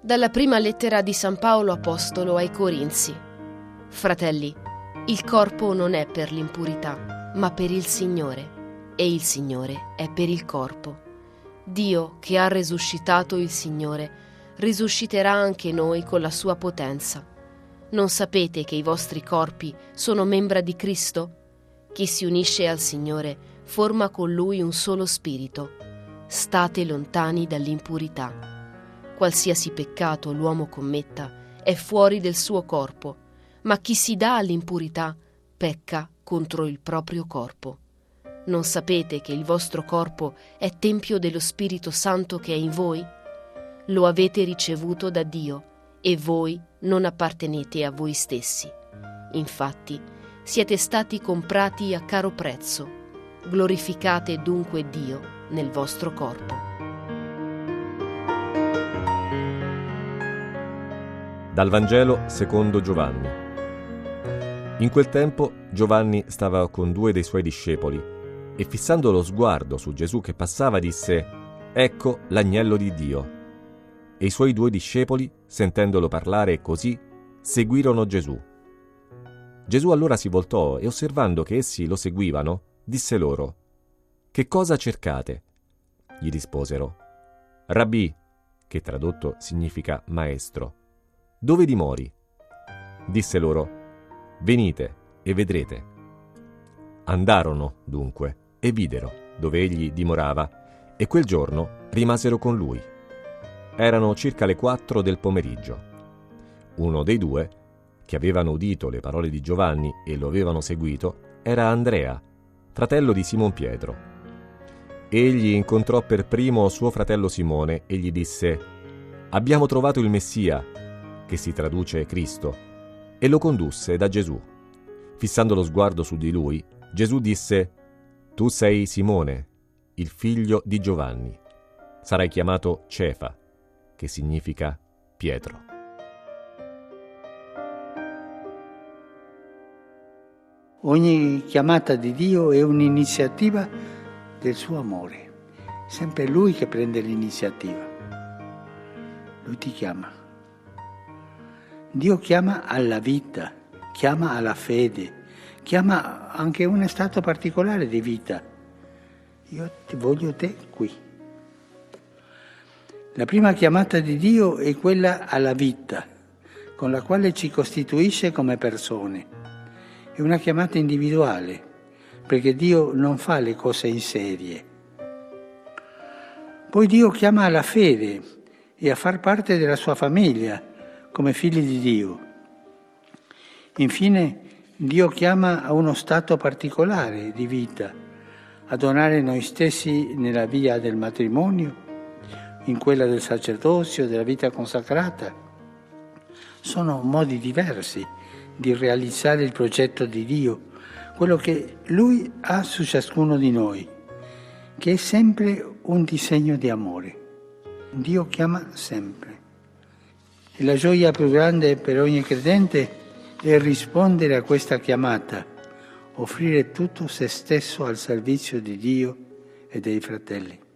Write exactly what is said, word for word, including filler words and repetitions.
Dalla prima lettera di San Paolo Apostolo ai Corinzi. Fratelli, il corpo non è per l'impurità, ma per il Signore, e il Signore è per il corpo. Dio, che ha resuscitato il Signore, risusciterà anche noi con la sua potenza. Non sapete che i vostri corpi sono membra di Cristo? Chi si unisce al Signore forma con Lui un solo spirito. State lontani dall'impurità. Qualsiasi peccato l'uomo commetta è fuori del suo corpo, ma chi si dà all'impurità pecca contro il proprio corpo. Non sapete che il vostro corpo è tempio dello Spirito Santo che è in voi? Lo avete ricevuto da Dio e voi non appartenete a voi stessi. Infatti, siete stati comprati a caro prezzo. Glorificate dunque Dio nel vostro corpo. Dal Vangelo secondo Giovanni. In quel tempo Giovanni stava con due dei suoi discepoli e fissando lo sguardo su Gesù che passava disse: «Ecco l'agnello di Dio». E i suoi due discepoli, sentendolo parlare così, seguirono Gesù. Gesù allora si voltò e osservando che essi lo seguivano, disse loro: «Che cosa cercate?» Gli risposero: «Rabbì», che tradotto significa maestro, «dove dimori?» Disse loro: «Venite e vedrete». Andarono, dunque, e videro dove egli dimorava, e quel giorno rimasero con lui. Erano circa le quattro del pomeriggio. Uno dei due, che avevano udito le parole di Giovanni e lo avevano seguito, era Andrea, fratello di Simon Pietro. Egli incontrò per primo suo fratello Simone e gli disse: «Abbiamo trovato il Messia», che si traduce Cristo, e lo condusse da Gesù. Fissando lo sguardo su di lui, Gesù disse: «Tu sei Simone, il figlio di Giovanni. Sarai chiamato Cefa», che significa Pietro. Ogni chiamata di Dio è un'iniziativa del suo amore. Sempre Lui che prende l'iniziativa. Lui ti chiama. Dio chiama alla vita, chiama alla fede, chiama anche un stato particolare di vita. Io ti voglio te qui. La prima chiamata di Dio è quella alla vita, con la quale ci costituisce come persone. È una chiamata individuale, perché Dio non fa le cose in serie. Poi Dio chiama alla fede e a far parte della sua famiglia, come figli di Dio. Infine, Dio chiama a uno stato particolare di vita, a donare noi stessi nella via del matrimonio, in quella del sacerdozio, della vita consacrata. Sono modi diversi di realizzare il progetto di Dio, quello che Lui ha su ciascuno di noi, che è sempre un disegno di amore. Dio chiama sempre. E la gioia più grande per ogni credente è rispondere a questa chiamata, offrire tutto se stesso al servizio di Dio e dei fratelli.